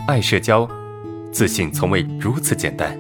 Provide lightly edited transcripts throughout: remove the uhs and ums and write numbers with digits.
爱社交，自信从未如此简单。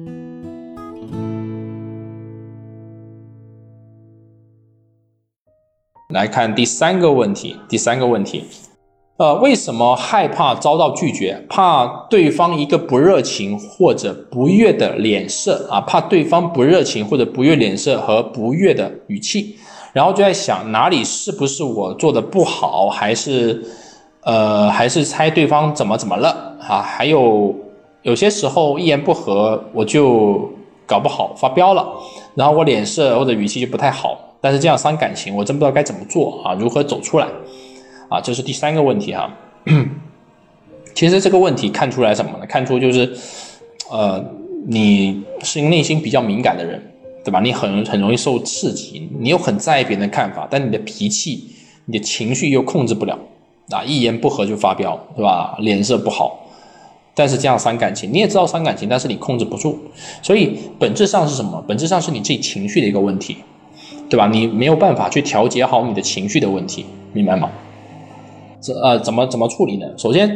来看第三个问题，为什么害怕遭到拒绝？怕对方一个不热情或者不悦的脸色啊，怕对方不热情或者不悦脸色和不悦的语气，然后就在想哪里是不是我做的不好，还是猜对方怎么了啊？还有些时候一言不合我就搞不好发飙了，然后我脸色或者语气就不太好，但是这样伤感情，我真不知道该怎么做啊，如何走出来啊？这是第三个问题哈。其实这个问题看出来什么呢？看出就是你是内心比较敏感的人，对吧？你很容易受刺激，你又很在意别人的看法，但你的脾气你的情绪又控制不了啊，一言不合就发飙，对吧？脸色不好，但是这样伤感情，你也知道伤感情，但是你控制不住，所以本质上是什么？本质上是你自己情绪的一个问题，对吧？你没有办法去调节好你的情绪的问题，明白吗？怎么处理呢？首先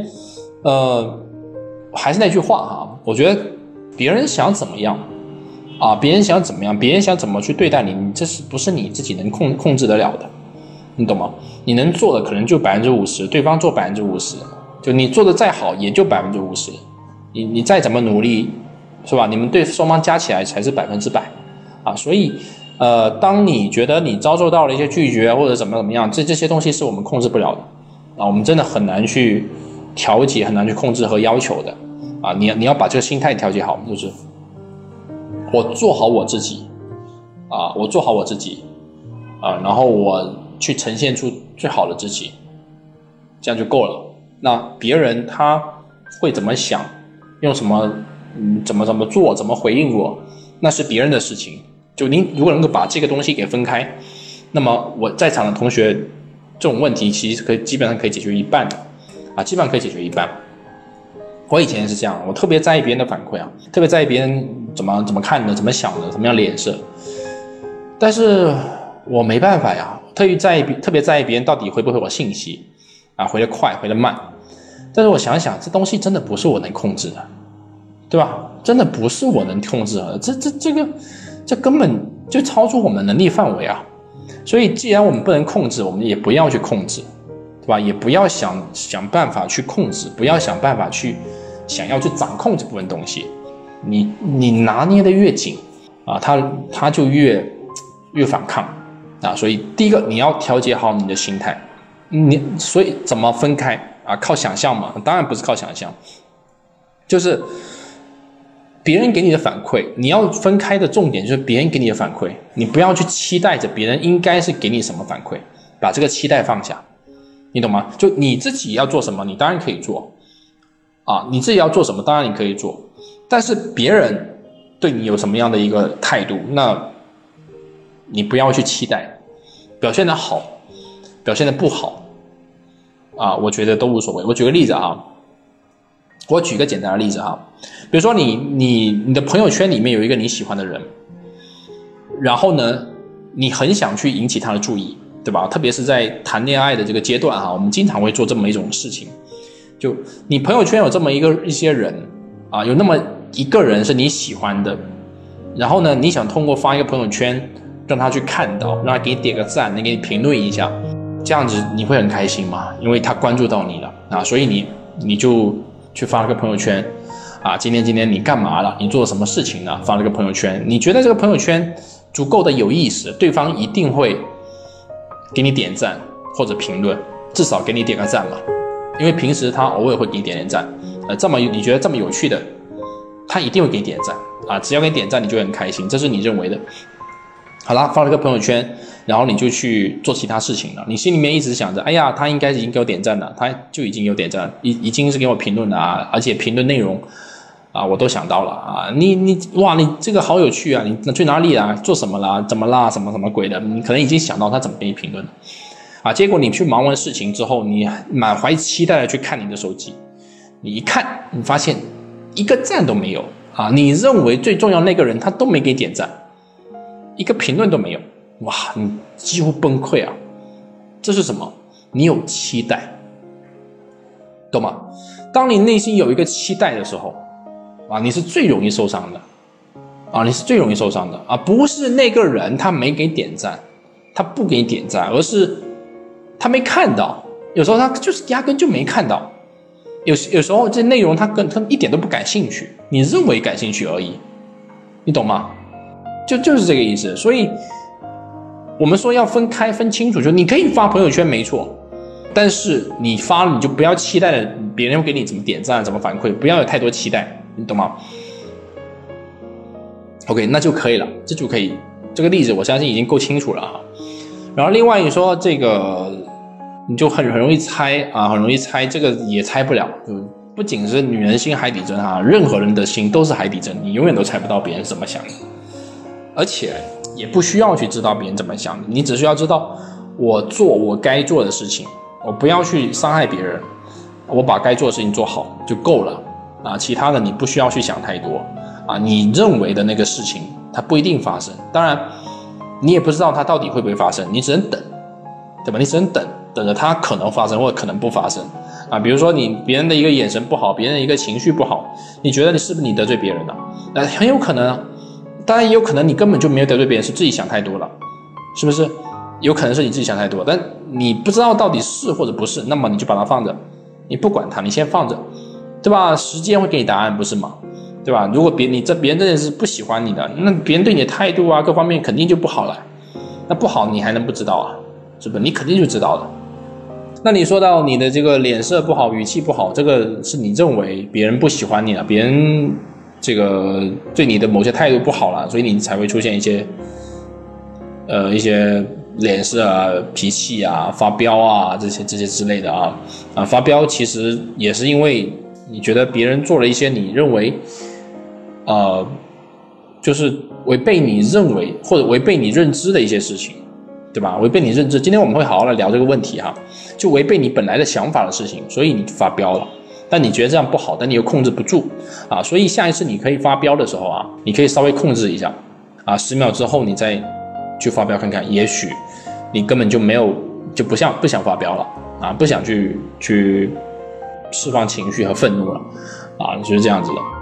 还是那句话哈，我觉得别人想怎么样啊，别人想怎么去对待你，这是不是你自己能控制得了的，你懂吗？你能做的可能就 50%， 对方做 50%， 就你做的再好也就 50%， 你再怎么努力，是吧？你们对双方加起来才是100%啊。所以当你觉得你遭受到了一些拒绝或者怎么样，这些东西是我们控制不了的啊，我们真的很难去调节，很难去控制和要求的啊。你要把这个心态调节好，就是我做好我自己啊，然后我去呈现出最好的自己，这样就够了。那别人他会怎么想，用什么怎么做，怎么回应我，那是别人的事情。就您如果能够把这个东西给分开，那么我在场的同学这种问题其实基本上可以解决一半啊，基本上可以解决一半。我以前也是这样，我特别在意别人的反馈啊，特别在意别人怎么看的，怎么想的，怎么样脸色。但是我没办法呀，特别在意别人到底回不回我信息啊，回得快回得慢。但是我想想，这东西真的不是我能控制的，对吧？真的不是我能控制的，这根本就超出我们能力范围啊。所以既然我们不能控制，我们也不要去控制，对吧？也不要想办法去控制，不要想办法去想要去掌控这部分东西。你拿捏的越紧啊，他就越反抗啊。所以第一个你要调节好你的心态，所以怎么分开啊？靠想象嘛？当然不是靠想象，就是别人给你的反馈，你要分开的重点就是别人给你的反馈，你不要去期待着别人应该是给你什么反馈，把这个期待放下，你懂吗？就你自己要做什么，你当然可以做啊，你自己要做什么，当然你可以做，但是别人对你有什么样的一个态度，那你不要去期待，表现得好，表现得不好啊，我觉得都无所谓。我举个例子啊，我举个简单的例子哈，比如说你的朋友圈里面有一个你喜欢的人，然后呢，你很想去引起他的注意，对吧？特别是在谈恋爱的这个阶段哈，我们经常会做这么一种事情，就你朋友圈有这么一些人啊，有那么一个人是你喜欢的，然后呢，你想通过发一个朋友圈让他去看到，让他给你点个赞，能给你评论一下，这样子你会很开心吗？因为他关注到你了啊，所以你就去发了个朋友圈啊，今天你干嘛了？你做了什么事情呢？发了个朋友圈，你觉得这个朋友圈足够的有意思，对方一定会给你点赞或者评论，至少给你点个赞嘛。因为平时他偶尔会给你点赞，你觉得这么有趣的，他一定会给你点赞啊！只要给你点赞，你就很开心，这是你认为的。好啦，发了个朋友圈，然后你就去做其他事情了。你心里面一直想着，哎呀，他应该已经给我点赞了，他就已经有点赞，已经是给我评论了啊，而且评论内容啊，我都想到了啊，哇，你这个好有趣啊，你去哪里啊？做什么啦？怎么啦？什么鬼的？你可能已经想到他怎么给你评论了啊。结果你去忙完事情之后，你满怀期待的去看你的手机，你一看，你发现一个赞都没有啊！你认为最重要那个人他都没给你点赞，一个评论都没有，哇，你几乎崩溃啊！这是什么？你有期待， 懂吗？当你内心有一个期待的时候啊，你是最容易受伤的啊，你是最容易受伤的啊，不是那个人他没给点赞，他不给你点赞，而是他没看到，有时候他就是压根就没看到，有时候这内容他一点都不感兴趣，你认为感兴趣而已，你懂吗？就是这个意思。所以我们说要分清楚，就你可以发朋友圈没错，但是你发了你就不要期待了别人会给你怎么点赞怎么反馈，不要有太多期待，你懂吗？ OK， 那就可以了，这就可以，这个例子我相信已经够清楚了啊。然后另外你说这个你就很容易猜啊，很容易猜，这个也猜不了，就不仅是女人心海底针啊，任何人的心都是海底针，你永远都猜不到别人是怎么想的，而且也不需要去知道别人怎么想的，你只需要知道我做我该做的事情，我不要去伤害别人，我把该做的事情做好就够了啊，其他的你不需要去想太多啊，你认为的那个事情它不一定发生，当然你也不知道它到底会不会发生，你只能等，对吧？你只能等着它可能发生或者可能不发生啊。比如说别人的一个眼神不好，别人的一个情绪不好，你觉得你是不是你得罪别人了？那很有可能，当然也有可能你根本就没有得罪别人，是自己想太多了，是不是？有可能是你自己想太多，但你不知道到底是或者不是，那么你就把它放着，你不管它，你先放着，对吧？时间会给你答案，不是吗？对吧？如果别人真的是不喜欢你的，那别人对你的态度啊各方面肯定就不好了，那不好你还能不知道啊？是不是？你肯定就知道了。那你说到你的这个脸色不好，语气不好，这个是你认为别人不喜欢你了，别人这个对你的某些态度不好了，所以你才会出现一些脸色啊、脾气啊、发飙啊这些之类的啊。发飙其实也是因为你觉得别人做了一些你认为就是违背你认为或者违背你认知的一些事情，对吧？违背你认知，今天我们会好好来聊这个问题哈，就违背你本来的想法的事情，所以你发飙了，但你觉得这样不好，但你又控制不住啊，所以下一次你可以发飙的时候啊，你可以稍微控制一下啊，10秒之后你再去发飙看看，也许你根本就不想发飙了啊，不想去释放情绪和愤怒了啊，就是这样子的。